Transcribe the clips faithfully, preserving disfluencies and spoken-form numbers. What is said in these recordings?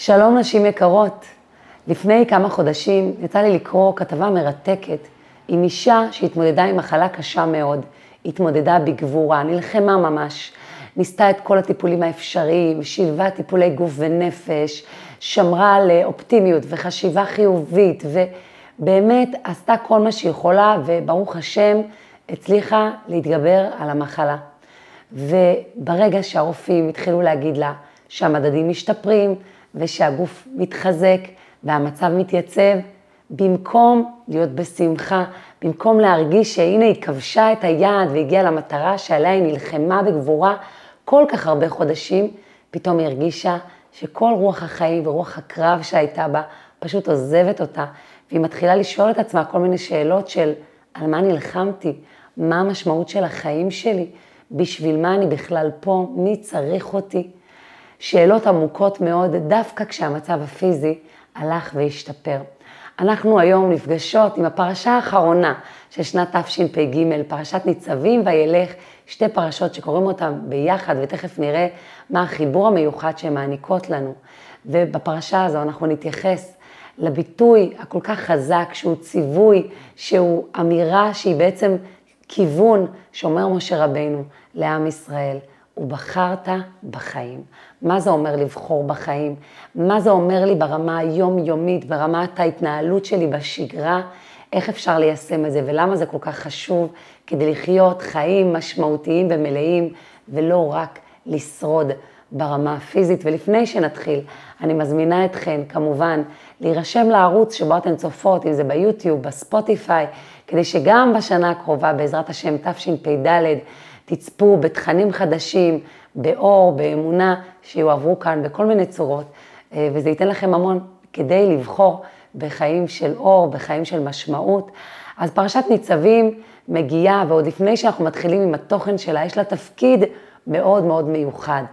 שלום נשים יקרות, לפני כמה חודשים יצא לי לקרוא כתבה מרתקת עם אישה שהתמודדה עם מחלה קשה מאוד, התמודדה בגבורה, נלחמה ממש, ניסתה את כל הטיפולים האפשריים, שילבה טיפולי גוף ונפש, שמרה על אופטימיות וחשיבה חיובית ובאמת עשתה כל מה שיכולה וברוך השם הצליחה להתגבר על המחלה. וברגע שהרופאים התחילו להגיד לה שהמדדים משתפרים ושהגוף מתחזק והמצב מתייצב, במקום להיות בשמחה, במקום להרגיש שהנה היא כבשה את היעד והגיעה למטרה שעליה היא נלחמה בגבורה כל כך הרבה חודשים, פתאום היא הרגישה שכל רוח החיים ורוח הקרב שהייתה בה פשוט עוזבת אותה, והיא מתחילה לשאול את עצמה כל מיני שאלות של על מה נלחמתי, מה המשמעות של החיים שלי, בשביל מה אני בכלל פה, מי צריך אותי. שאלות עמוקות מאוד דווקא כשהמצב הפיזי הלך והשתפר. אנחנו היום נפגשות עם הפרשה האחרונה של שנת תשפ"ג, פרשת ניצבים וילך, שתי פרשות שקוראים אותן ביחד ותכף נראה מה החיבור המיוחד שהן מעניקות לנו. ובפרשה הזו אנחנו נתייחס לביטוי הכל כך חזק שהוא ציווי, שהוא אמירה שהיא בעצם כיוון שאומר משה רבינו לעם ישראל. ובחרת בחיים. מה זה אומר לבחור בחיים? מה זה אומר לי ברמה היומיומית, ברמת ההתנהלות שלי בשגרה? איך אפשר ליישם את זה ולמה זה כל כך חשוב כדי לחיות חיים משמעותיים ומלאים ולא רק לשרוד ברמה הפיזית. ולפני שנתחיל, אני מזמינה אתכן כמובן להירשם לערוץ שבו אתן צופות, אם זה ביוטיוב, בספוטיפיי, כדי שגם בשנה הקרובה בעזרת השם תשפ"ד תצפו בתכנים חדשים, באור, באמונה, שיועברו כאן בכל מיני צורות, וזה ייתן לכם המון כדי לבחור בחיים של אור, בחיים של משמעות. אז פרשת ניצבים מגיעה, ועוד לפני שאנחנו מתחילים עם התוכן שלה, יש לה תפקיד מאוד מאוד מיוחד.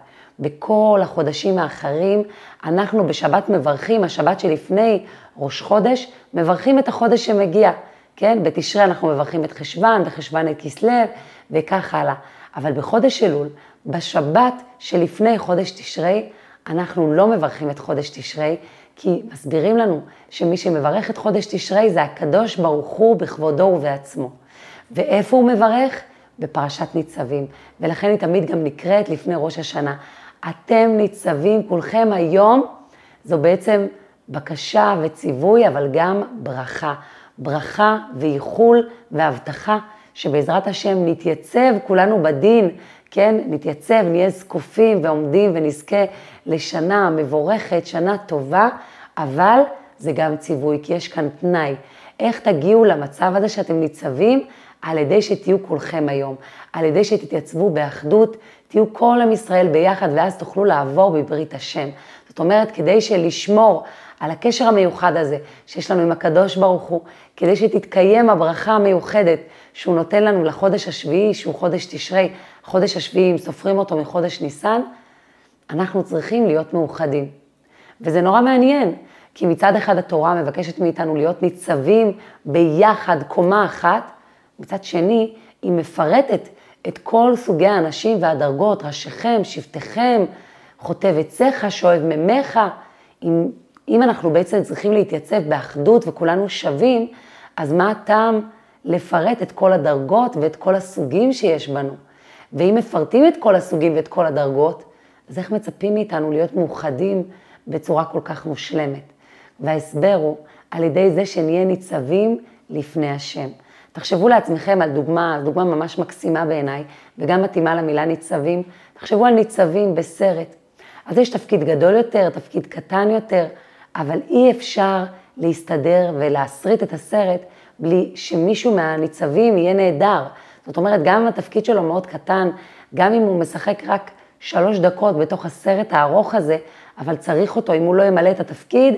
בכל החודשים האחרים, אנחנו בשבת מברכים, השבת שלפני ראש חודש, מברכים את החודש שמגיע. כן? בתשרי אנחנו מברכים את חשבן, בחשבן את כסלו, וכך הלאה. אבל בחודש אלול, בשבת שלפני חודש תשרי, אנחנו לא מברכים את חודש תשרי, כי מסבירים לנו שמי שמברך את חודש תשרי זה הקדוש ברוך הוא בכבודו ובעצמו. ואיפה הוא מברך? בפרשת ניצבים. ולכן היא תמיד גם נקראת לפני ראש השנה. אתם ניצבים כולכם היום, זו בעצם בקשה וציווי, אבל גם ברכה. ברכה וייחול והבטחה שבעזרת השם נתייצב כולנו בדין, כן? נתייצב, נהיה זקופים ועומדים ונזכה לשנה מבורכת, שנה טובה, אבל זה גם ציווי, כי יש כאן תנאי. איך תגיעו למצב הזה שאתם ניצבים? על ידי שתהיו כולכם היום, על ידי שתתייצבו באחדות, תהיו כל עם ישראל ביחד ואז תוכלו לעבור בברית השם. זאת אומרת, כדי שלשמור על הקשר המיוחד הזה שיש לנו עם הקדוש ברוך הוא, כדי שתתקיים הברכה המיוחדת שהוא נותן לנו לחודש השביעי, שהוא חודש תשרי, חודש השביעי, אם סופרים אותו מחודש ניסן, אנחנו צריכים להיות מאוחדים. וזה נורא מעניין, כי מצד אחד התורה מבקשת מאיתנו להיות ניצבים ביחד, קומה אחת, מצד שני היא מפרטת את כל סוגי האנשים והדרגות, ראשיכם, שבטיכם, חוטב עציך, שואב ממך. אם, אם אנחנו בעצם צריכים להתייצב באחדות וכולנו שווים, אז מה הטעם לפרט את כל הדרגות ואת כל הסוגים שיש בנו? ואם מפרטים את כל הסוגים ואת כל הדרגות, אז איך מצפים מאיתנו להיות מאוחדים בצורה כל כך מושלמת? וההסבר הוא על ידי זה שנהיה ניצבים לפני השם. תחשבו לעצמכם על דוגמה, דוגמה ממש מקסימה בעיניי, וגם מתאימה למילה ניצבים. תחשבו על ניצבים בסרט. אז יש תפקיד גדול יותר, תפקיד קטן יותר, אבל אי אפשר להסתדר ולהסריט את הסרט בלי שמישהו מהניצבים יהיה נהדר. זאת אומרת, גם אם התפקיד שלו מאוד קטן, גם אם הוא משחק רק שלוש דקות בתוך הסרט הארוך הזה, אבל צריך אותו, אם הוא לא ימלא את התפקיד,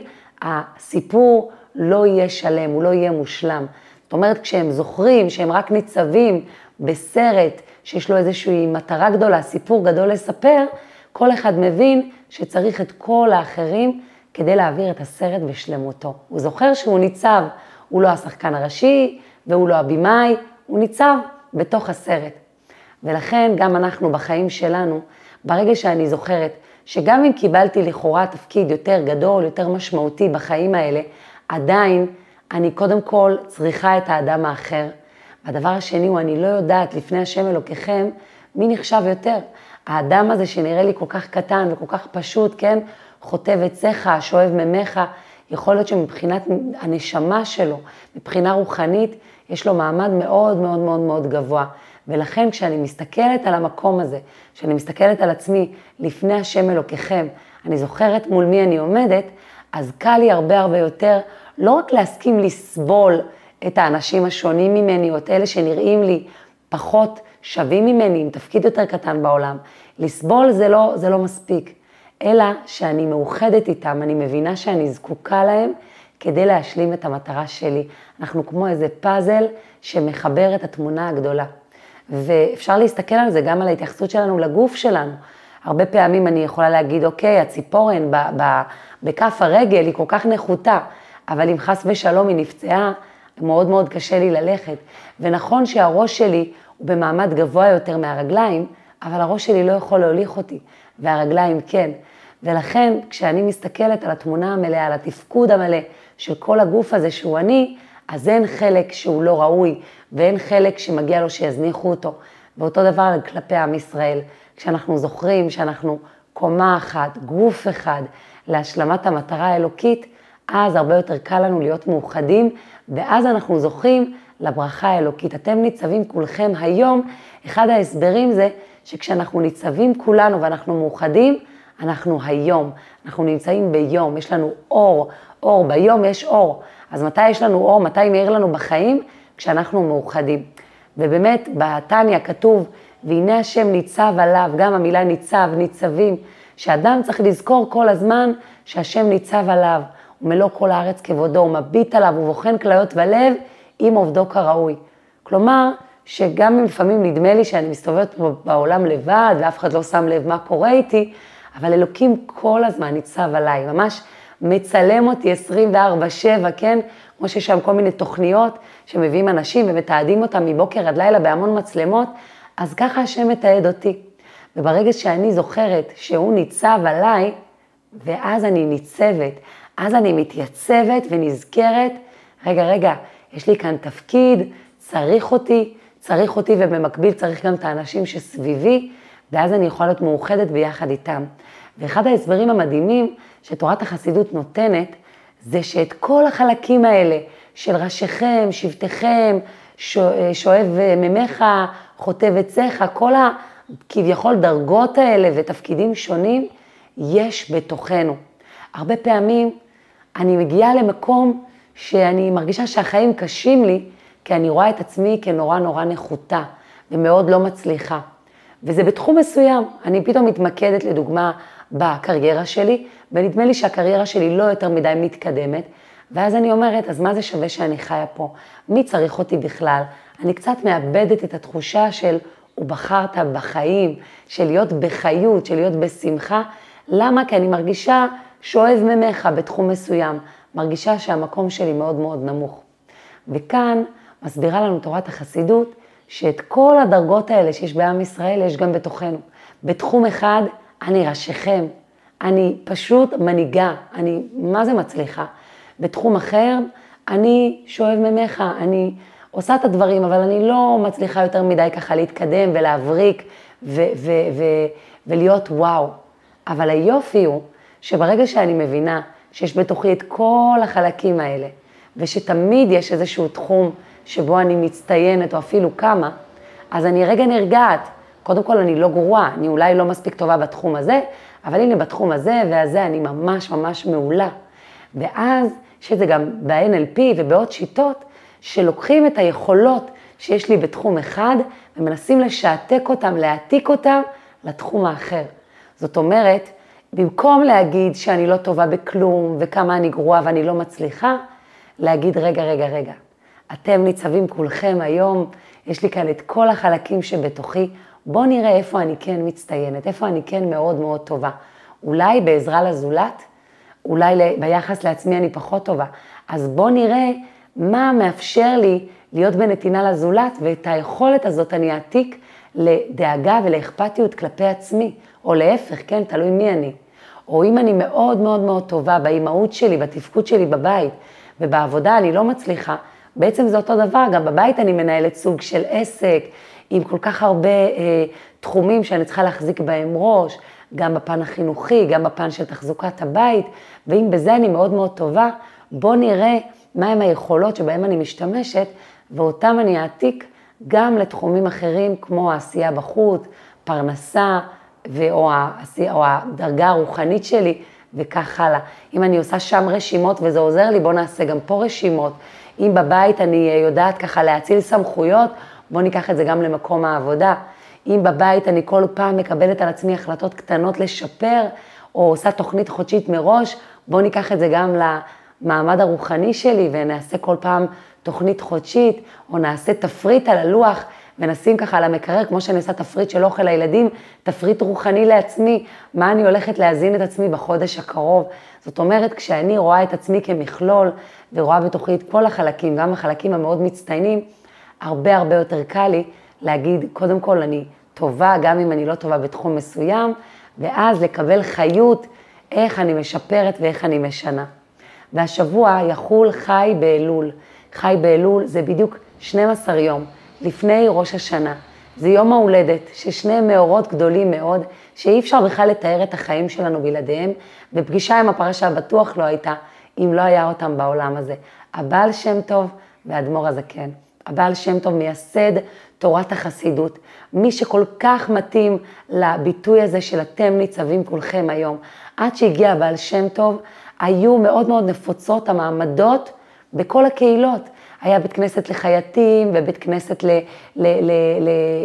הסיפור לא יהיה שלם, הוא לא יהיה מושלם. זאת אומרת, כשהם זוכרים שהם רק ניצבים בסרט שיש לו איזושהי מטרה גדולה, סיפור גדול לספר, כל אחד מבין שצריך את כל האחרים כדי להעביר את הסרט בשלמותו. הוא זוכר שהוא ניצב, הוא לא השחקן הראשי והוא לא הבימאי, הוא ניצב בתוך הסרט. ולכן גם אנחנו בחיים שלנו, ברגע שאני זוכרת שגם אם קיבלתי לכאורה תפקיד יותר גדול, יותר משמעותי בחיים האלה, עדיין אני קודם כל צריכה את האדם האחר. והדבר השני הוא, אני לא יודעת לפני השם אלוקיכם, מי נחשב יותר. האדם הזה שנראה לי כל כך קטן וכל כך פשוט, כן? חוטב עציך, שואב ממך, יכול להיות שמבחינת הנשמה שלו, מבחינה רוחנית, יש לו מעמד מאוד מאוד מאוד מאוד גבוה. ולכן כשאני מסתכלת על המקום הזה, כשאני מסתכלת על עצמי לפני השם אלוקיכם, אני זוכרת מול מי אני עומדת, אז קל לי הרבה הרבה יותר, לא רק להסכים לסבול את האנשים השונים ממני, או את אלה שנראים לי פחות שווים ממני, עם תפקיד יותר קטן בעולם. לסבול זה לא, זה לא מספיק, אלא שאני מאוחדת איתם, אני מבינה שאני זקוקה להם, כדי להשלים את המטרה שלי. אנחנו כמו איזה פאזל שמחבר את התמונה הגדולה. ואפשר להסתכל על זה גם על ההתייחסות שלנו לגוף שלנו. הרבה פעמים אני יכולה להגיד, אוקיי, הציפורן ב- ב- בכף הרגל היא כל כך נחותה, אבל אם חס ושלום היא נפצעה, מאוד מאוד קשה לי ללכת. ונכון שהראש שלי הוא במעמד גבוה יותר מהרגליים, אבל הראש שלי לא יכול להוליך אותי, והרגליים כן. ולכן כשאני מסתכלת על התמונה המלאה, על התפקוד המלא של כל הגוף הזה שהוא אני, אז אין חלק שהוא לא ראוי, ואין חלק שמגיע לו שיזניחו אותו. ואותו דבר כלפי עם ישראל. כשאנחנו זוכרים שאנחנו קומה אחת, גוף אחד, להשלמת המטרה האלוקית, אז הרבה יותר קל לנו להיות מאוחדים, ואז אנחנו זוכים לברכה האלוקית. אתם ניצבים כולכם היום, אחד ההסברים זה שכשאנחנו ניצבים כולנו ואנחנו מאוחדים, אנחנו היום, אנחנו נמצאים ביום, יש לנו אור, אור, ביום יש אור. אז מתי יש לנו אור, מתי מאיר לנו בחיים? כשאנחנו מאוחדים. ובאמת בתניה כתוב, והנה השם ניצב עליו, גם המילה ניצב, ניצבים, שאדם צריך לזכור כל הזמן שהשם ניצב עליו, ומלוא כל הארץ כבודו, הוא מביט עליו, הוא בוחן כליות ולב עם עובדו כראוי. כלומר, שגם אם לפעמים נדמה לי שאני מסתובבת בעולם לבד, ואף אחד לא שם לב מה קורה איתי, אבל אלוקים כל הזמן ניצב עליי, ממש מצלם אותי עשרים וארבע שבע, כן? כמו שיש שם כל מיני תוכניות שמביאים אנשים ומתעדים אותם מבוקר עד לילה בהמון מצלמות, אז ככה השם מתעד אותי. וברגע שאני זוכרת שהוא ניצב עליי, ואז אני ניצבת, אז אני מתייצבת ונזכרת, רגע, רגע, יש לי כאן תפקיד, צריך אותי, צריך אותי ובמקביל צריך גם את האנשים שסביבי, ואז אני יכולה להיות מאוחדת ביחד איתם. ואחד ההסברים המדהימים שתורת החסידות נותנת, זה שאת כל החלקים האלה של ראשיכם, שבטיכם, שואב ממך, חוטב עציך, כל הכביכול דרגות האלה ותפקידים שונים, יש בתוכנו. הרבה פעמים אני מגיעה למקום שאני מרגישה שהחיים קשים לי, כי אני רואה את עצמי כנורא נורא נחותה ומאוד לא מצליחה. וזה בתחום מסוים, אני פתאום מתמקדת לדוגמה בקריירה שלי, ונדמה לי שהקריירה שלי לא יותר מדי מתקדמת, ואז אני אומרת, אז מה זה שווה שאני חיה פה? מי צריך אותי בכלל? אני קצת מאבדת את התחושה של, ובחרת בחיים, של להיות בחיות, של להיות בשמחה. למה? כי אני מרגישה שואב ממך בתחום מסוים, מרגישה שהמקום שלי מאוד מאוד נמוך. וכאן מסבירה לנו תורת החסידות, שאת כל הדרגות האלה שיש בעם ישראל, יש גם בתוכנו. בתחום אחד, אני ראשיכם, אני פשוט מנהיגה, אני מה זה מצליחה. בתחום אחר, אני שואב ממך, אני עושה את הדברים, אבל אני לא מצליחה יותר מדי ככה להתקדם ולהבריק ו- ו- ו- ולהיות וואו. אבל היופי הוא שברגע שאני מבינה שיש בתוכי את כל החלקים האלה, ושתמיד יש איזשהו תחום שבו אני מצטיינת או אפילו כמה, אז אני רגע נרגעת. קודם כל אני לא גרועה, אני אולי לא מספיק טובה בתחום הזה, אבל הנה בתחום הזה והזה אני ממש ממש מעולה. ואז שזה גם ב-אן אל פי ובעוד שיטות, שלוקחים את היכולות שיש לי בתחום אחד, ומנסים לשעתק אותם, להעתיק אותם לתחום האחר. זאת אומרת, במקום להגיד שאני לא טובה בכלום, וכמה אני גרועה ואני לא מצליחה, להגיד רגע, רגע, רגע. אתם ניצבים כולכם היום, יש לי כאן את כל החלקים שבתוכי, בואו נראה איפה אני כן מצטיינת, איפה אני כן מאוד מאוד טובה. אולי בעזרה לזולת, אולי ביחס לעצמי אני פחות טובה. אז בואו נראה מה מאפשר לי להיות בנתינה לזולת, ואת היכולת הזאת אני אעתיק לדאגה ולאכפתיות כלפי עצמי, או להפך, כן, תלוי מי אני. או אם אני מאוד מאוד מאוד טובה באימהות שלי, בתפקוד שלי בבית, ובעבודה אני לא מצליחה, בעצם זה אותו דבר, גם בבית אני מנהלת סוג של עסק, עם כל כך הרבה אה, תחומים שאני צריכה להחזיק בהם ראש, גם בפן החינוכי, גם בפן של תחזוקת הבית, ואם בזה אני מאוד מאוד טובה, בוא נראה מהם היכולות שבהם אני משתמשת, ואותם אני אעתיק גם לתחומים אחרים, כמו העשייה בחוץ, פרנסה, או, העשייה, או הדרגה הרוחנית שלי, וכך הלאה. אם אני עושה שם רשימות וזה עוזר לי, בוא נעשה גם פה רשימות. אם בבית אני יודעת ככה להציל סמכויות, בוא ניקח את זה גם למקום העבודה. אם בבית אני כל פעם מקבלת על עצמי החלטות קטנות לשפר, או עושה תוכנית חודשית מראש, בוא ניקח את זה גם למעמד הרוחני שלי, ונעשה כל פעם תוכנית חודשית, או נעשה תפריט על הלוח, ונשים ככה על המקרר, כמו שאני עושה תפריט של אוכל לילדים, תפריט רוחני לעצמי, מה אני הולכת להזין את עצמי בחודש הקרוב. זאת אומרת, כשאני רואה את עצמי כמכלול, ורואה בתוכי את כל החלקים, גם החלקים המאוד מצטיינים, הרבה הרבה יותר קל לי להגיד, קודם כל אני טובה, גם אם אני לא טובה בתחום מסוים, ואז לקבל חיות, איך אני משפרת ואיך אני משנה. והשבוע יחול חי באלול. חי באלול זה בדיוק שנים עשר יום. לפני ראש השנה. זה יום ההולדת, ששני מאורות גדולים מאוד, שאי אפשר בכלל לתאר את החיים שלנו בלעדיהם, ופגישה עם הפרשה בטוח לא הייתה, אם לא היה אותם בעולם הזה. הבעל שם טוב והאדמו"ר הזקן. הבעל שם טוב מייסד תורת החסידות, מי שכל כך מתאים לביטוי הזה של אתם ניצבים כולכם היום. עד שהגיע הבעל שם טוב, היו מאוד מאוד נפוצות המעמדות בכל הקהילות. היה בית כנסת לחייטים, ובית כנסת ל, ל, ל, ל,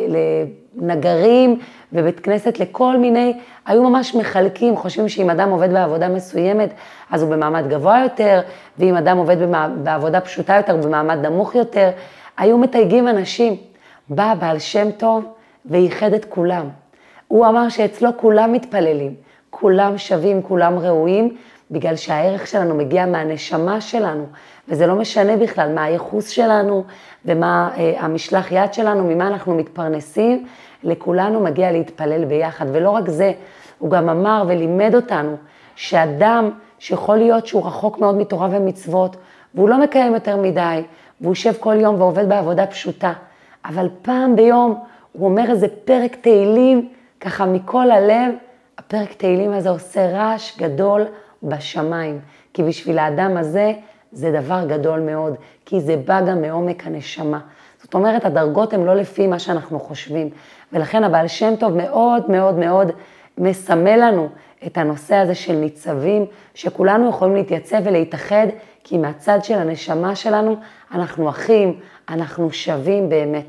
לנגרים, ובית כנסת לכל מיני, היו ממש מחלקים, חושבים שאם אדם עובד בעבודה מסוימת, אז הוא במעמד גבוה יותר, ואם אדם עובד בעבודה פשוטה יותר, הוא במעמד נמוך יותר, היו מתייגים אנשים. בא בעל שם טוב וייחד את כולם. הוא אמר שאצלו כולם מתפללים, כולם שווים, כולם ראויים, בגלל שהערך שלנו מגיע מהנשמה שלנו, וזה לא משנה בכלל מה הייחוס שלנו, ומה אה, המשלח יד שלנו, ממה אנחנו מתפרנסים, לכולנו מגיע להתפלל ביחד. ולא רק זה, הוא גם אמר ולימד אותנו, שאדם שיכול להיות שהוא רחוק מאוד מתורה ומצוות, והוא לא מקיים יותר מדי, והוא יושב כל יום ועובד בעבודה פשוטה, אבל פעם ביום הוא אומר איזה פרק תהילים, ככה מכל הלב, הפרק תהילים הזה עושה רעש גדול בשמיים, כי בשביל האדם הזה זה דבר גדול מאוד, כי זה בא גם מעומק הנשמה. זאת אומרת, הדרגות הן לא לפי מה שאנחנו חושבים, ולכן הבעל שם טוב מאוד מאוד מאוד מסמל לנו את הנושא הזה של ניצבים, שכולנו יכולים להתייצב ולהתאחד, כי מהצד של הנשמה שלנו אנחנו אחים, אנחנו שווים באמת.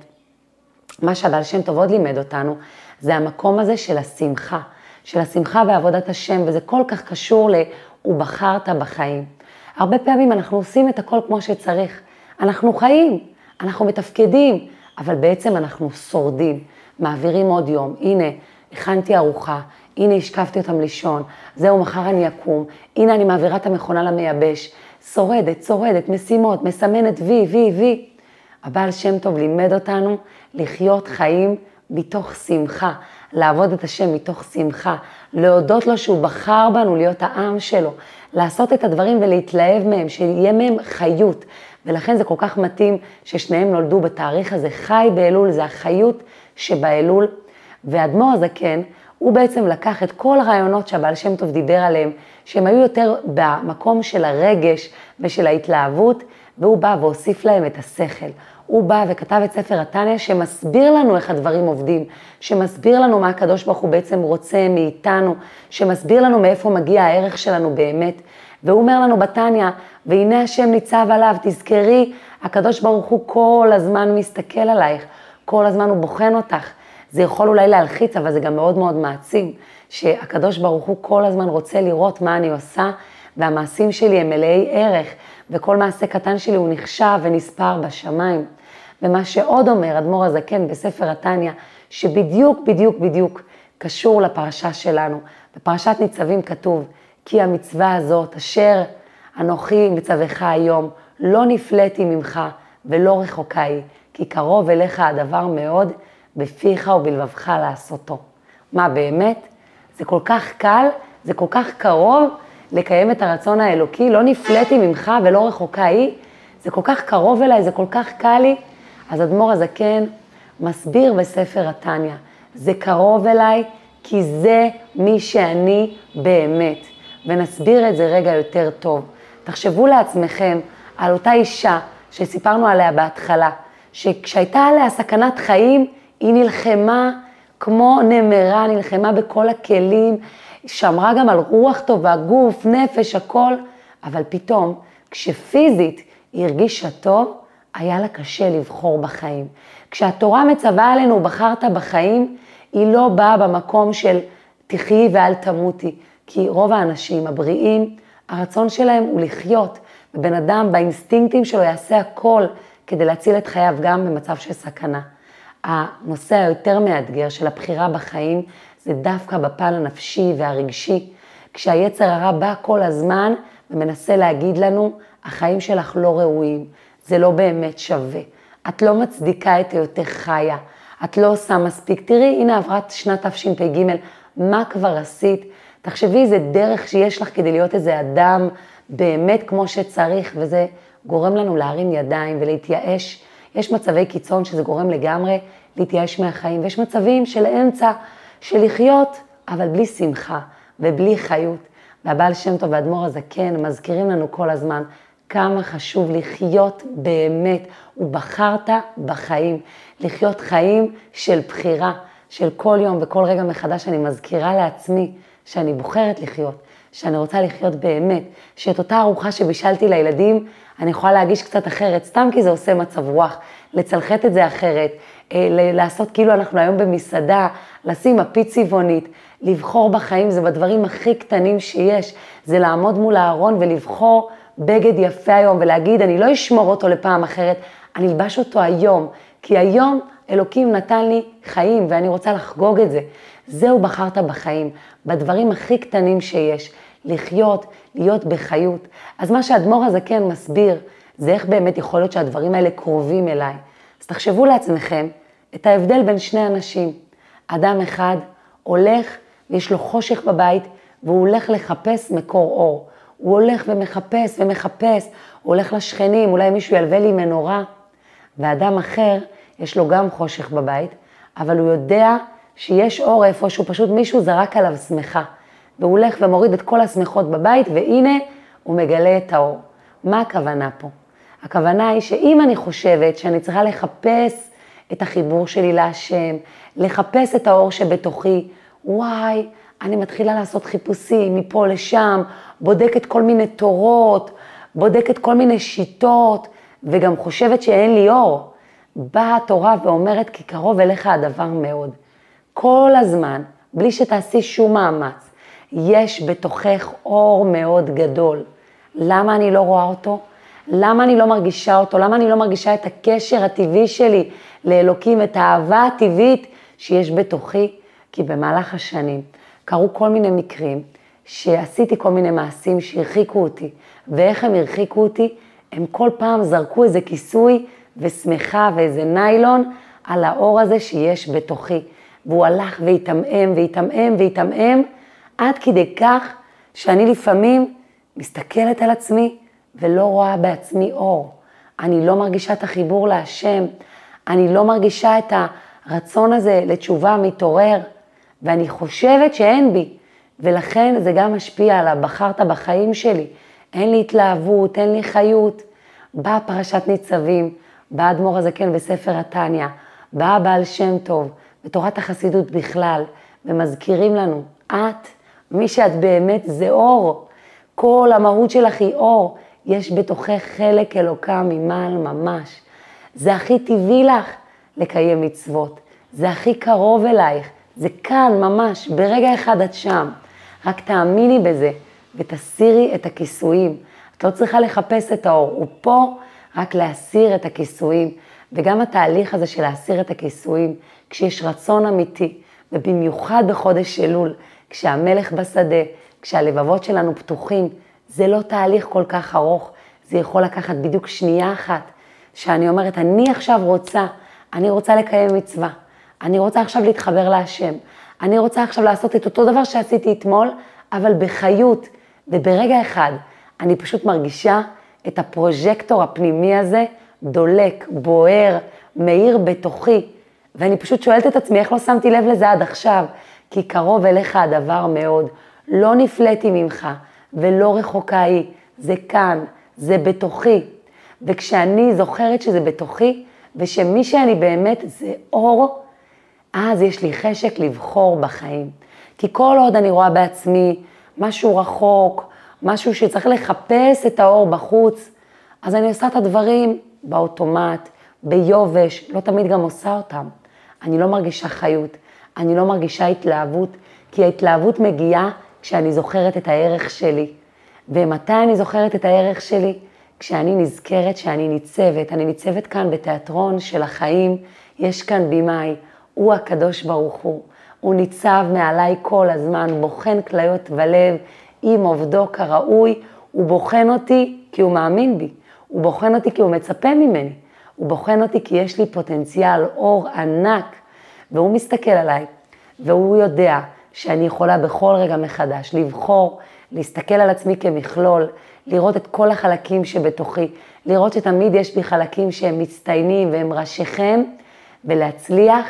מה שהבעל שם טוב עוד לימד אותנו, זה המקום הזה של השמחה, של השמחה בעבודת השם, וזה כל כך קשור ל"ובחרת בחיים". הרבה פעמים אנחנו עושים את הכל כמו שצריך, אנחנו חיים, אנחנו מתפקדים, אבל בעצם אנחנו שורדים, מעבירים עוד יום, הנה, הכנתי ארוחה, הנה השקפתי אותם לישון, זהו מחר אני אקום, הנה אני מעבירה את המכונה למייבש, שורדת, שורדת, משימות, מסמנת וי, וי, וי. הבעל שם טוב לימד אותנו לחיות חיים מתוך שמחה, לעבוד את השם מתוך שמחה, להודות לו שהוא בחר בנו להיות העם שלו, לעשות את הדברים ולהתלהב מהם, שיהיה מהם חיות. ולכן זה כל כך מתאים ששניהם נולדו בתאריך הזה, חי באלול, זה החיות שבאלול. והאדמו"ר הזקן, הוא בעצם לקח את כל הרעיונות שהבעל שם טוב דיבר עליהם, שהם היו יותר במקום של הרגש ושל ההתלהבות, והוא בא והוסיף להם את השכל. הוא בא וכתב את ספר התניא שמסביר לנו איך הדברים עובדים, שמסביר לנו מה הקדוש ברוך הוא בעצם רוצה מאיתנו, שמסביר לנו מאיפה מגיע הערך שלנו באמת. והוא אומר לנו בתניא, והנה השם ניצב עליו, תזכרי, הקדוש ברוך הוא כל הזמן מסתכל עלייך, כל הזמן הוא בוחן אותך. זה יכול אולי להלחיץ, אבל זה גם מאוד מאוד מעצים, שהקדוש ברוך הוא כל הזמן רוצה לראות מה אני עושה, והמעשים שלי הם מלאי ערך, וכל מעשה קטן שלי הוא נחשב ונספר בשמיים. ומה שעוד אומר אדמו"ר הזקן בספר התניא, שבדיוק בדיוק בדיוק קשור לפרשה שלנו. בפרשת ניצבים כתוב, כי המצווה הזאת, אשר אנוכי מצווך היום, לא נפלאתי ממך ולא רחוקה היא, כי קרוב אליך הדבר מאוד, בפיך ובלבבך לעשותו. מה באמת? זה כל כך קל, זה כל כך קרוב לקיים את הרצון האלוקי, לא נפלאתי ממך ולא רחוקה היא, זה כל כך קרוב אליי, זה כל כך קל לי. אז אדמו"ר הזקן מסביר בספר התניא, זה קרוב אליי כי זה מי שאני באמת. ונסביר את זה רגע יותר טוב. תחשבו לעצמכם על אותה אישה שסיפרנו עליה בהתחלה, שכשהייתה עליה סכנת חיים, היא נלחמה כמו נמרה, נלחמה בכל הכלים, שמרה גם על רוח טובה, גוף, נפש, הכל, אבל פתאום, כשפיזית היא הרגישה טוב, היה לה קשה לבחור בחיים. כשהתורה מצווה עלינו, בחרת בחיים, היא לא באה במקום של תחיי ואל תמותי, כי רוב האנשים הבריאים, הרצון שלהם הוא לחיות, ובן אדם באינסטינקטים שלו יעשה הכל כדי להציל את חייו גם במצב של סכנה. הנושא היותר מאתגר של הבחירה בחיים זה דווקא בפן הנפשי והרגשי, כשהיצר הרע בא כל הזמן ומנסה להגיד לנו, החיים שלך לא ראויים, זה לא באמת שווה, את לא מצדיקה את היותך חיה, את לא עושה מספיק, תראי, הנה עברת שנת תשפ"ג, מה כבר עשית? תחשבי איזה דרך שיש לך כדי להיות איזה אדם באמת כמו שצריך, וזה גורם לנו להרים ידיים ולהתייאש. יש מצבי קיצון שזה גורם לגמרי להתייאש מהחיים, ויש מצבים של אמצע, של לחיות, אבל בלי שמחה ובלי חיות. והבעל שם טוב והאדמו"ר הזקן מזכירים לנו כל הזמן כמה חשוב לחיות באמת, ובחרת בחיים, לחיות חיים של בחירה, של כל יום וכל רגע מחדש אני מזכירה לעצמי שאני בוחרת לחיות, שאני רוצה לחיות באמת, שאת אותה ארוחה שבישלתי לילדים אני יכולה להגיש קצת אחרת, סתם כי זה עושה מצב רוח, לצלחת את זה אחרת, לעשות כאילו אנחנו היום במסעדה, לשים מפית צבעונית, לבחור בחיים זה בדברים הכי קטנים שיש, זה לעמוד מול הארון ולבחור בגד יפה היום ולהגיד אני לא אשמור אותו לפעם אחרת, אני אלבש אותו היום, כי היום אלוקים נתן לי חיים ואני רוצה לחגוג את זה. זהו בחרת בחיים, בדברים הכי קטנים שיש, לחיות, להיות בחיות. אז מה שהאדמו"ר הזקן מסביר, זה איך באמת יכול להיות שהדברים האלה קרובים אליי. אז תחשבו לעצמכם את ההבדל בין שני אנשים. אדם אחד הולך ויש לו חושך בבית, והוא הולך לחפש מקור אור. הוא הולך ומחפש ומחפש, הוא הולך לשכנים, אולי מישהו ילווה לי מנורה. ואדם אחר, יש לו גם חושך בבית, אבל הוא יודע שיש אור איפשהו, פשוט מישהו זרק עליו שמחה. והוא הולך ומוריד את כל השמחות בבית, והנה הוא מגלה את האור. מה הכוונה פה? הכוונה היא שאם אני חושבת שאני צריכה לחפש את החיבור שלי להשם, לחפש את האור שבתוכי, וואי, אני מתחילה לעשות חיפושים מפה לשם, בודקת כל מיני תורות, בודקת כל מיני שיטות, וגם חושבת שאין לי אור. באה התורה ואומרת כי קרוב אליך הדבר מאוד. כל הזמן, בלי שתעשי שום מאמץ, יש בתוכך אור מאוד גדול. למה אני לא רואה אותו? למה אני לא מרגישה אותו? למה אני לא מרגישה את הקשר הטבעי שלי לאלוקים, את האהבה הטבעית שיש בתוכי? כי במהלך השנים קרו כל מיני מקרים שעשיתי כל מיני מעשים שהרחיקו אותי. ואיך הם הרחיקו אותי? הם כל פעם זרקו איזה כיסוי ושמחה ואיזה ניילון על האור הזה שיש בתוכי. והוא הלך והתאמם והתאמם והתאמם עד כדי כך שאני לפעמים מסתכלת על עצמי ולא רואה בעצמי אור. אני לא מרגישה את החיבור להשם, אני לא מרגישה את הרצון הזה לתשובה מתעורר, ואני חושבת שאין בי, ולכן זה גם משפיע על הבחרת בחיים שלי. אין לי התלהבות, אין לי חיות. באה פרשת ניצבים, באה אדמו"ר הזקן בספר התניא, באה בעל שם טוב, בתורת החסידות בכלל, ומזכירים לנו, את, מי שאת באמת זה אור, כל המהות שלך היא אור, יש בתוכך חלק אלוקה ממעל ממש. זה הכי טבעי לך לקיים מצוות, זה הכי קרוב אלייך, זה כאן ממש, ברגע אחד את שם. רק תאמיני בזה ותסירי את הכיסויים. את לא צריכה לחפש את האור, הוא פה רק להסיר את הכיסויים. וגם התהליך הזה של להסיר את הכיסויים, כשיש רצון אמיתי, ובמיוחד בחודש אלול, כשהמלך בשדה, כשהלבבות שלנו פתוחים, זה לא תהליך כל כך ארוך, זה יכול לקחת בדיוק שנייה אחת, שאני אומרת, אני עכשיו רוצה, אני רוצה לקיים מצווה, אני רוצה עכשיו להתחבר להשם. אני רוצה עכשיו לעשות את אותו דבר שעשיתי אתמול, אבל בחיות וברגע אחד. אני פשוט מרגישה את הפרוז'קטור הפנימי הזה, דולק, בוער, מאיר בתוכי. ואני פשוט שואלת את עצמי, איך לא שמתי לב לזה עד עכשיו? כי קרוב אליך הדבר מאוד. לא נפלאתי ממך ולא רחוקה היא. זה כאן, זה בתוכי. וכשאני זוכרת שזה בתוכי, ושמי שאני באמת זה אור, אז יש לי חשק לבחור בחיים. כי כל עוד אני רואה בעצמי משהו רחוק, משהו שצריך לחפש את האור בחוץ, אז אני עושה את הדברים באוטומט, ביובש, לא תמיד גם עושה אותם. אני לא מרגישה חיות, אני לא מרגישה התלהבות, כי ההתלהבות מגיעה כשאני זוכרת את הערך שלי. ומתי אני זוכרת את הערך שלי? כשאני נזכרת שאני ניצבת, אני ניצבת כאן בתיאטרון של החיים, יש כאן בימאי, הוא הקדוש ברוך הוא, הוא ניצב מעליי כל הזמן, בוחן כליות ולב, עם עובדו כראוי, הוא בוחן אותי כי הוא מאמין בי, הוא בוחן אותי כי הוא מצפה ממני, הוא בוחן אותי כי יש לי פוטנציאל, אור ענק, והוא מסתכל עליי, והוא יודע שאני יכולה בכל רגע מחדש לבחור, להסתכל על עצמי כמכלול, לראות את כל החלקים שבתוכי, לראות שתמיד יש בי חלקים שהם מצטיינים והם ראשיכם, ולהצליח,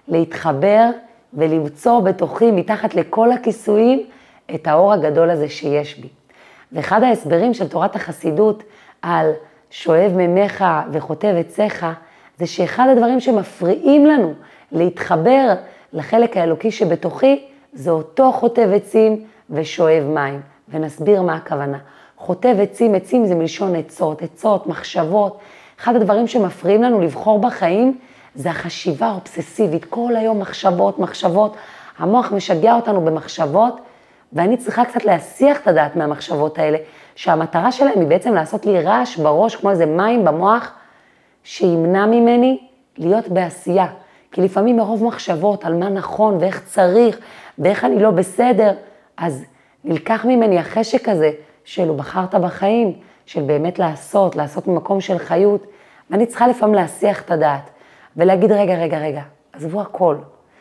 להתחבר ולמצוא בתוכי מתחת לכל הכיסויים את האור הגדול הזה שיש בי. ואחד ההסברים של תורת החסידות על שואב ממך וחוטב עציך, זה שאחד הדברים שמפריעים לנו להתחבר לחלק האלוקי שבתוכי, זה אותו חוטב עצים ושואב מים. ונסביר מה הכוונה. חוטב עצים, עצים זה מלשון עצות, עצות, מחשבות. אחד הדברים שמפריעים לנו לבחור בחיים, זה החשיבה האובססיבית. כל היום מחשבות, מחשבות. המוח משגע אותנו במחשבות, ואני צריכה קצת להסיח את הדעת מהמחשבות האלה, שהמטרה שלהם היא בעצם לעשות לי רעש בראש, כמו איזה מים במוח, שימנע ממני להיות בעשייה. כי לפעמים מרוב מחשבות על מה נכון ואיך צריך, ואיך אני לא בסדר, אז נלקח ממני החשק הזה, שלו בחרת בחיים, של באמת לעשות, לעשות ממקום של חיות, ואני צריכה לפעמים להסיח את הדעת, ולהגיד רגע, רגע, רגע, עזבו הכל.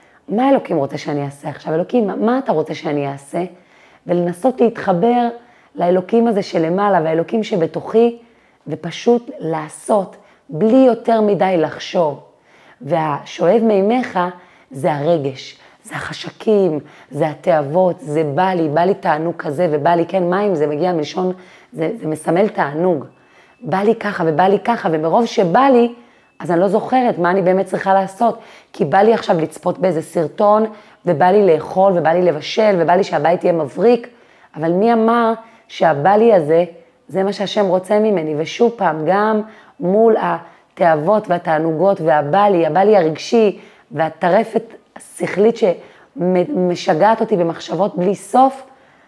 מה אלוקים רוצה שאני אעשה עכשיו? אלוקים, מה אתה רוצה שאני אעשה? ולנסות להתחבר לאלוקים הזה שלמעלה, והאלוקים שבתוכי, ופשוט לעשות, בלי יותר מדי לחשוב. והשואב מימיך זה הרגש, זה החשקים, זה התאבות, זה בא לי, בא לי תענוג כזה, ובא לי, כן, מים, זה מגיע מלשון, זה, זה מסמל תענוג. בא לי ככה ובא לי ככה, ומרוב שבא לי, אז אני לא זוכרת מה אני באמת צריכה לעשות, כי בא לי עכשיו לצפות באיזה סרטון, ובא לי לאכול, ובא לי לבשל, ובא לי שהבית יהיה מבריק, אבל מי אמר שהבא לי הזה, זה מה שהשם רוצה ממני, ושוב פעם, גם מול התאבות והתענוגות, והבא לי, הבא לי הרגשי, והטרפת השכלית שמשגעת אותי במחשבות בלי סוף,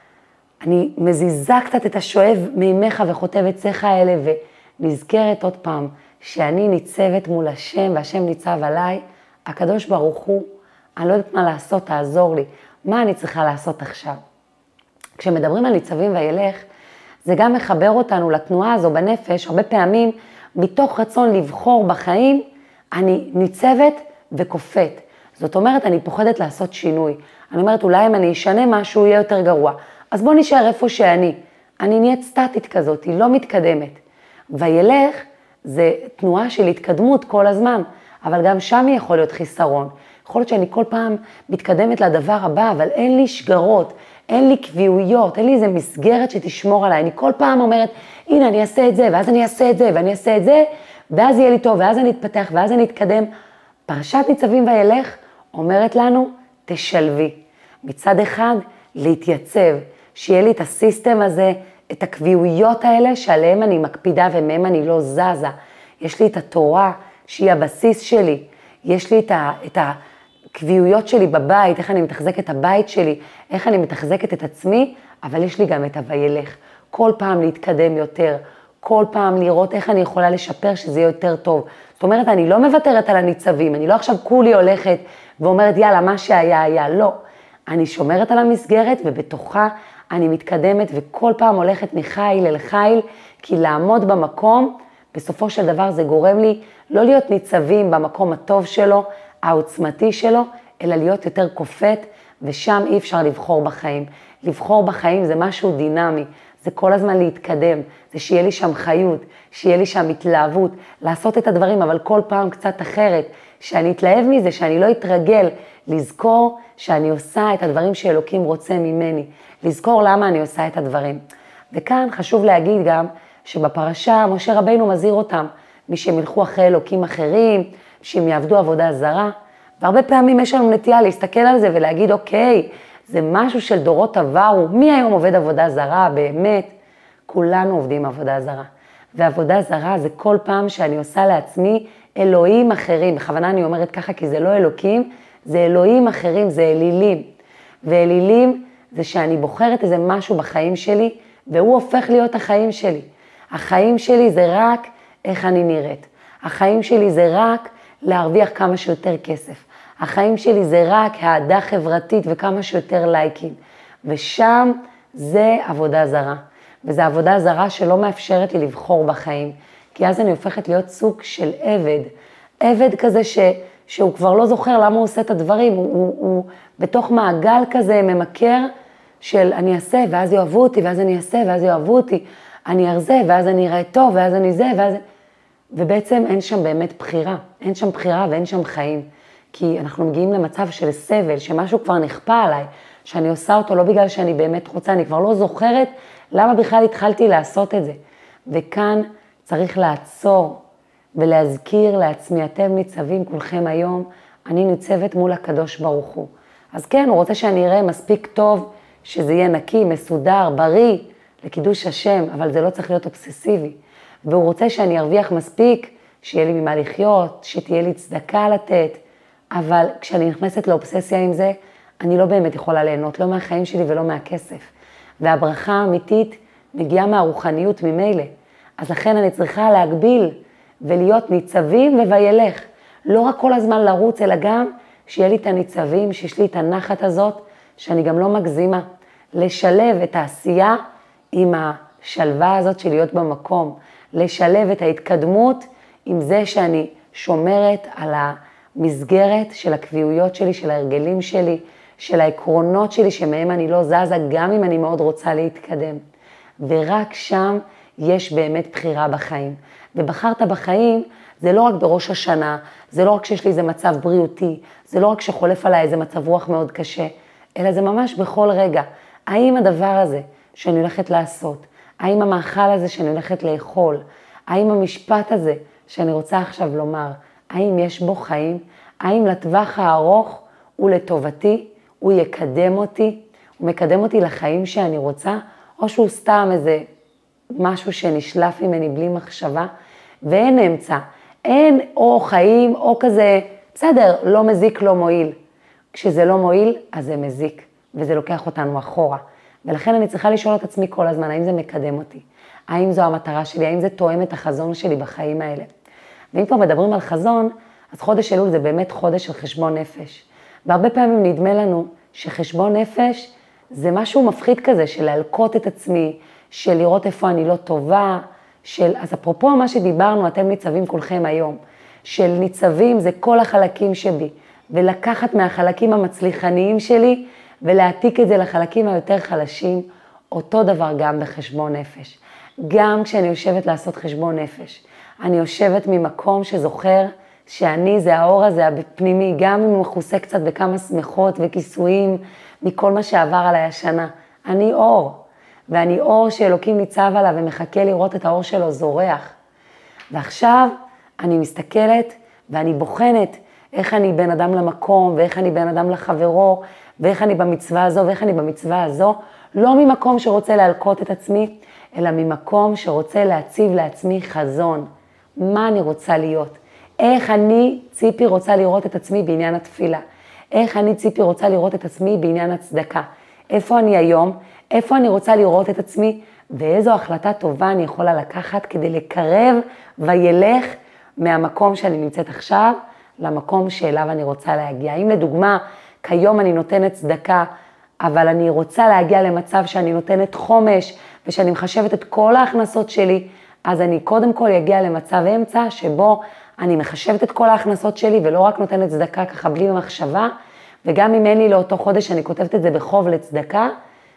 אני מזיזה קצת את השואב מימיך וחוטב עציך האלה, ונזכרת עוד פעם שאני ניצבת מול השם, והשם ניצב עליי, הקדוש ברוך הוא, אני לא יודעת מה לעשות, תעזור לי. מה אני צריכה לעשות עכשיו? כשמדברים על ניצבים וילך, זה גם מחבר אותנו לתנועה הזו בנפש, הרבה פעמים מתוך רצון לבחור בחיים, אני ניצבת וקופאת. זאת אומרת, אני פוחדת לעשות שינוי. אני אומרת, אולי אם אני אשנה משהו, יהיה יותר גרוע. אז בוא נשאר איפה שאני. אני נהיית סטטית כזאת, היא לא מתקדמת. וילך זה תנועה של התקדמות כל הזמן, אבל גם שם יכול להיות חיסרון. יכול להיות שאני כל פעם מתקדמת לדבר הבא, אבל אין לי שגרות, אין לי קביעויות, אין לי איזה מסגרת שתשמור עליי. אני כל פעם אומרת, הנה אני אעשה את זה, ואז אני אעשה את זה, ואני אעשה את זה, ואז יהיה לי טוב, ואז אני אתפתח, ואז אני אתקדם. פרשת ניצבים וילך אומרת לנו, תשלבי. מצד אחד, להתייצב, שיהיה לי את הסיסטם הזה, את הקביעויות האלה שעליהם אני מקפידה ומהם אני לא זזה. יש לי את התורה שהיא הבסיס שלי, יש לי את, ה, את הקביעויות שלי בבית, איך אני מתחזקת את הבית שלי, איך אני מתחזקת את עצמי, אבל יש לי גם את הוילך. כל פעם להתקדם יותר, כל פעם לראות איך אני יכולה לשפר שזה יהיה יותר טוב. זאת אומרת, אני לא מוותרת על הניצבים, אני לא עכשיו כולי הולכת ואומרת, יאללה, מה שהיה היה, לא. אני שומרת על המסגרת ובתוכה אני מתקדמת וכל פעם הולכת מחיל אל חיל, כי לעמוד במקום, בסופו של דבר זה גורם לי לא להיות ניצבים במקום הטוב שלו, העוצמתי שלו, אלא להיות יותר קופט, ושם אי אפשר לבחור בחיים. לבחור בחיים זה משהו דינמי, זה כל הזמן להתקדם, זה שיהיה לי שם חיות, שיהיה לי שם התלהבות, לעשות את הדברים, אבל כל פעם קצת אחרת, שאני אתלהב מזה, שאני לא אתרגל, לזכור שאני עושה את הדברים שאלוקים רוצה ממני, לזכור למה אני עושה את הדברים. וכאן חשוב להגיד גם שבפרשה משה רבינו מזהיר אותם, מי שהם ילכו אחרי אלוקים אחרים, שהם יעבדו עבודה זרה, והרבה פעמים יש לנו נטייה להסתכל על זה ולהגיד, אוקיי, זה משהו של דורות עברו, מי היום עובד עבודה זרה? באמת, כולנו עובדים עבודה זרה. ועבודה זרה זה כל פעם שאני עושה לעצמי אלוהים אחרים. בכוונה אני אומרת ככה כי זה לא אלוקים, זה אלוהים אחרים, זה אלילים. ואלילים זה שאני בוחרת איזה משהו בחיים שלי, והוא הופך להיות החיים שלי. החיים שלי זה רק איך אני נראית. החיים שלי זה רק להרוויח כמה שיותר כסף. החיים שלי זה רק העדה חברתית וכמה שיותר לייקים. ושם זה עבודה זרה. וזו עבודה זרה שלא מאפשרת לי לבחור בחיים. כי אז אני הופכת להיות סוג של עבד. עבד כזה ש, שהוא כבר לא זוכר למה הוא עושה את הדברים. הוא, הוא, הוא בתוך מעגל כזה ממכר של אני אעשה ואז יאהבו אותי, ואז אני אעשה ואז יאהבו אותי. אני ארזה ואז אני אראה טוב ואז אני זה ואז... ובעצם אין שם באמת בחירה. אין שם בחירה ואין שם חיים. כי אנחנו מגיעים למצב של סבל, שמשהו כבר נכפה עליי, שאני עושה אותו לא בגלל שאני באמת רוצה, אני כבר לא זוכרת למה בכלל התחלתי לעשות את זה. וכאן צריך לעצור ולהזכיר לעצמי, אתם ניצבים כולכם היום, אני ניצבת מול הקדוש ברוך הוא. אז כן, הוא רוצה שאני אראה מספיק טוב, שזה יהיה נקי, מסודר, בריא, לקידוש השם, אבל זה לא צריך להיות אובססיבי. והוא רוצה שאני ארוויח מספיק, שיהיה לי ממה לחיות, שתהיה לי צדקה לתת, אבל כשאני נכנסת לאובססיה עם זה, אני לא באמת יכולה ליהנות, לא מהחיים שלי ולא מהכסף. והברכה האמיתית מגיעה מהרוחניות ממילא. אז לכן אני צריכה להגביל ולהיות ניצבים ובילך. לא רק כל הזמן לרוץ, אלא גם שיהיה לי את הניצבים, שיש לי את הנחת הזאת, שאני גם לא מגזימה. לשלב את העשייה עם השלווה הזאת של להיות במקום. לשלב את ההתקדמות עם זה שאני שומרת על המסגרת של הקביעויות שלי, של ההרגלים שלי, של העקרונות שלי, שמהם אני לא זזה, גם אם אני מאוד רוצה להתקדם. ורק שם יש באמת בחירה בחיים. ובחרת בחיים, זה לא רק בראש השנה, זה לא רק שיש לי איזה מצב בריאותי, זה לא רק שחולף עליי איזה מצב רוח מאוד קשה, אלא זה ממש בכל רגע. האם הדבר הזה שאני הולכת לעשות, האם המאכל הזה שאני הולכת לאכול, האם המשפט הזה שאני רוצה עכשיו לומר, האם יש בו חיים, האם לטווח הארוך הוא לטובתי, הוא יקדם אותי, הוא מקדם אותי לחיים שאני רוצה, או שהוא סתם איזה משהו שנשלף ממני בלי מחשבה, ואין אמצע, אין או חיים או כזה, בסדר, לא מזיק, לא מועיל. כשזה לא מועיל, אז זה מזיק, וזה לוקח אותנו אחורה. ולכן אני צריכה לשאול את עצמי כל הזמן, האם זה מקדם אותי? האם זו המטרה שלי? האם זה תואם את החזון שלי בחיים האלה? ואם כבר מדברים על חזון, אז חודש אלול זה באמת חודש של חשבון נפש. והרבה פעמים נדמה לנו שחשבון נפש זה משהו מפחיד כזה, של להלקות את עצמי, של לראות איפה אני לא טובה, של, אז אפרופו מה שדיברנו, אתם ניצבים כולכם היום, של ניצבים זה כל החלקים שבי, ולקחת מהחלקים המצליחניים שלי, ולהעתיק את זה לחלקים היותר חלשים, אותו דבר גם בחשבון נפש. גם כשאני יושבת לעשות חשבון נפש, אני יושבת ממקום שזוכר שאני זה האור הזה הפנימי, גם אם הוא מכוסה קצת בכמה שמחות וכיסויים מכל מה שעבר עליי השנה. אני אור, ואני אור שאלוקים ניצב עליו ומחכה לראות את האור שלו זורח. ועכשיו אני מסתכלת ואני בוחנת איך אני בן אדם למקום, ואיך אני בן אדם לחברו, ואיך אני במצווה הזו, ואיך אני במצווה הזו, לא ממקום שרוצה להלקות את עצמי, אלא ממקום שרוצה להציב לעצמי חזון. מה אני רוצה להיות? איך אני, ציפי, רוצה לראות את עצמי בעניין התפילה? איך אני, ציפי, רוצה לראות את עצמי בעניין הצדקה? איפה אני היום? איפה אני רוצה לראות את עצמי? ואיזו החלטה טובה אני יכולה לקחת כדי לקרב וילך מהמקום שאני נמצאת עכשיו, למקום שאליו אני רוצה להגיע. אם לדוגמה, כיום אני נותנת צדקה, אבל אני רוצה להגיע למצב שאני נותנת חומש, ושאני מחשבת את כל ההכנסות שלי, אז אני קודם כל אגיע למצב אמצע שבו אני מחשבת את כל ההכנסות שלי ולא רק נותנת צדקה ככה בלי מחשבה, וגם אם אין לי לאותו חודש אני כותבת את זה בחוב לצדקה,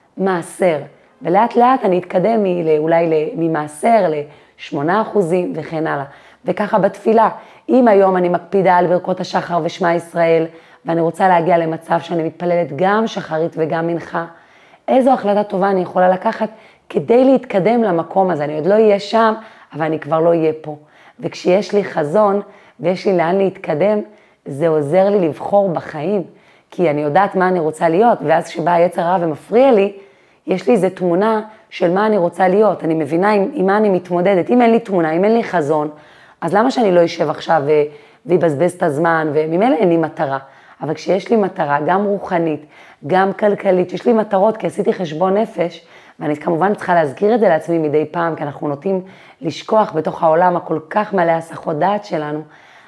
מעשר. ולאט לאט אני אתקדם אולי ממעשר ל-שמונה אחוזים וכן הלאה. וככה בתפילה, אם היום אני מקפידה על ברכות השחר ושמע ישראל, ואני רוצה להגיע למצב שאני מתפללת גם שחרית וגם מנחה, איזו החלטה טובה אני יכולה לקחת כדי להתקדם למקום הזה. אני עוד לא אהיה שם, אבל אני כבר לא אהיה פה. וכשיש לי חזון ויש לי לאן להתקדם, זה עוזר לי לבחור בחיים, כי אני יודעת מה אני רוצה להיות, ואז כשבא היצר הרע ומפריע לי, יש לי איזו תמונה של מה אני רוצה להיות, אני מבינה עם, עם מה אני מתמודדת. אם אין לי תמונה, אם אין לי חזון, אז למה שאני לא אשב עכשיו ויבזבז את הזמן, וממילא אין לי מטרה. אבל כשיש לי מטרה, גם רוחנית, גם כלכלית, יש לי מטרות, כי עשיתי חשבון נפש, ואני כמובן צריכה להזכיר את זה לעצמי מדי פעם, כי אנחנו נוטים לשכוח בתוך העולם הכל כך מלא הסחות דעת שלנו,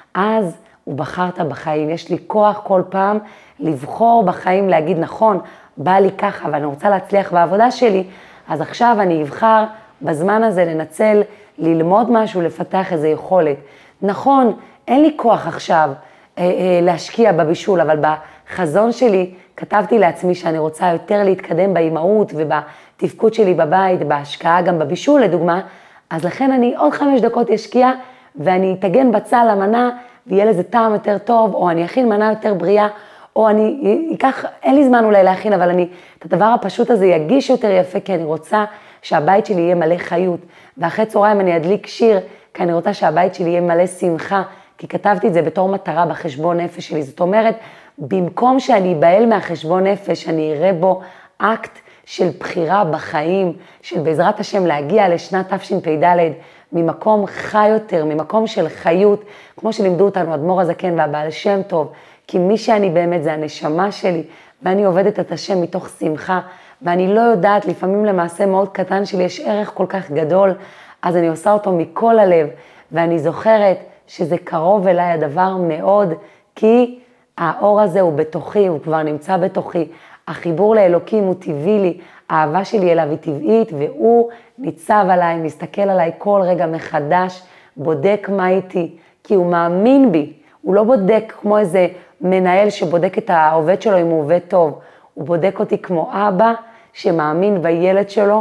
אז הוא בחרת בחיים. יש לי כוח כל פעם לבחור בחיים, להגיד נכון, בא לי ככה, ואני רוצה להצליח בעבודה שלי, אז עכשיו אני אבחר בזמן הזה לנצל, ללמוד משהו, לפתח איזו יכולת. נכון, אין לי כוח עכשיו אה, אה, להשקיע בבישול, אבל בחזון שלי כתבתי לעצמי שאני רוצה יותר להתקדם באימהות ובתפקוד שלי בבית, בהשקעה גם בבישול לדוגמה, אז לכן אני עוד חמש דקות אשקיע ואני אתגן בצל למנה ויהיה לזה טעם יותר טוב, או אני אכין מנה יותר בריאה, או אני אקח, אין לי זמן אולי להכין, אבל אני את הדבר הפשוט הזה יגיש יותר יפה, כי אני רוצה שהבית שלי יהיה מלא חיות, ואחרי צהריים אני אדליק שיר, כי אני רוצה שהבית שלי יהיה מלא שמחה, כי כתבתי את זה בתור מטרה בחשבון נפש שלי. זאת אומרת, במקום שאני אבעל מהחשבון נפש, אני אראה בו אקט של בחירה בחיים, של בעזרת השם להגיע לשנת תשפ"ד, ממקום חי יותר, ממקום של חיות, כמו שלימדו אותנו אדמו"ר הזקן והבעל שם טוב, כי מי שאני באמת זה הנשמה שלי, ואני עובדת את השם מתוך שמחה, ואני לא יודעת, לפעמים למעשה מאוד קטן שלי יש ערך כל כך גדול, אז אני עושה אותו מכל הלב, ואני זוכרת שזה קרוב אליי הדבר מאוד, כי האור הזה הוא בתוכי, הוא כבר נמצא בתוכי, החיבור לאלוקים הוא טבעי לי, האהבה שלי אליו היא טבעית, והוא ניצב עליי, מסתכל עליי כל רגע מחדש, בודק מה איתי, כי הוא מאמין בי, הוא לא בודק כמו איזה מנהל שבודק את העובד שלו אם הוא עובד טוב, הוא בודק אותי כמו אבא שמאמין בילד שלו,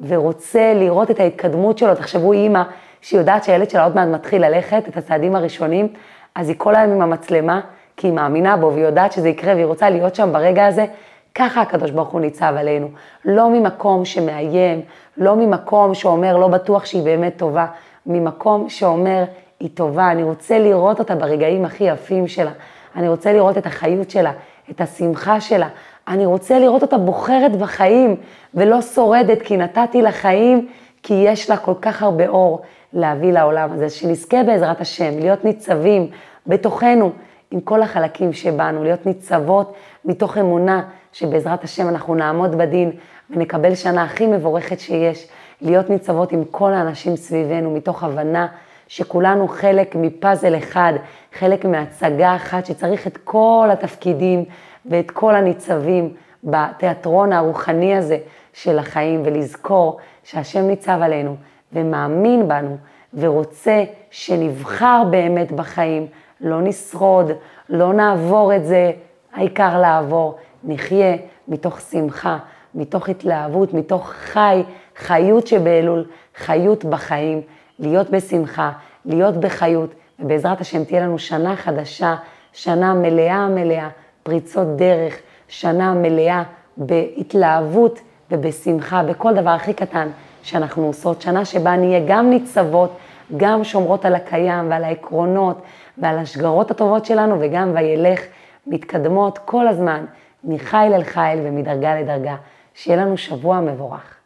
ורוצה לראות את ההתקדמות שלו. תחשבו אימא שיודעת שהילד שלה עוד מעט מתחיל ללכת את הצעדים הראשונים, אז היא כל היום עם המצלמה, כי היא מאמינה בו והיא יודעת שזה יקרה, והיא רוצה להיות שם ברגע הזה. ככה הקדוש ברוך הוא ניצב עלינו, לא ממקום שמאיים, לא ממקום שאומר לא בטוח שהיא באמת טובה, ממקום שאומר היא טובה, אני רוצה לראות אותה ברגעים הכי יפים שלה, אני רוצה לראות את החיות שלה, את השמחה שלה, אני רוצה לראות אותה בוחרת בחיים ולא שורדת, כי נתתי לה חיים, כי יש לה כל כך הרבה אור להביא לעולם הזה, שנזכה בעזרת השם, להיות ניצבים בתוכנו עם כל החלקים שבאנו, להיות ניצבות מתוך אמונה שבעזרת השם אנחנו נעמוד בדין ונקבל שנה הכי מבורכת שיש, להיות ניצבות עם כל האנשים סביבנו מתוך הבנה שכולנו חלק מפאזל אחד, חלק מהצגה אחת שצריך את כל התפקידים ואת כל הניצבים בתיאטרון הרוחני הזה של החיים, ולזכור שהשם ניצב עלינו ומאמין בנו ורוצה שנבחר באמת בחיים, לא נשרוד, לא נעבור את זה, העיקר לעבור, נחיה מתוך שמחה, מתוך התלהבות, מתוך חי, חיות שבאלול, חיות בחיים, להיות בשמחה, להיות בחיות, ובעזרת השם תהיה לנו שנה חדשה, שנה מלאה מלאה, פריצות דרך, שנה מלאה בהתלהבות ובשמחה, בכל דבר הכי קטן שאנחנו עושות, שנה שבה נהיה גם ניצבות, גם שומרות על הקיים ועל העקרונות ועל השגרות הטובות שלנו, וגם וילך מתקדמות כל הזמן, מחיל אל חיל ומדרגה לדרגה. שיהיה לנו שבוע מבורך.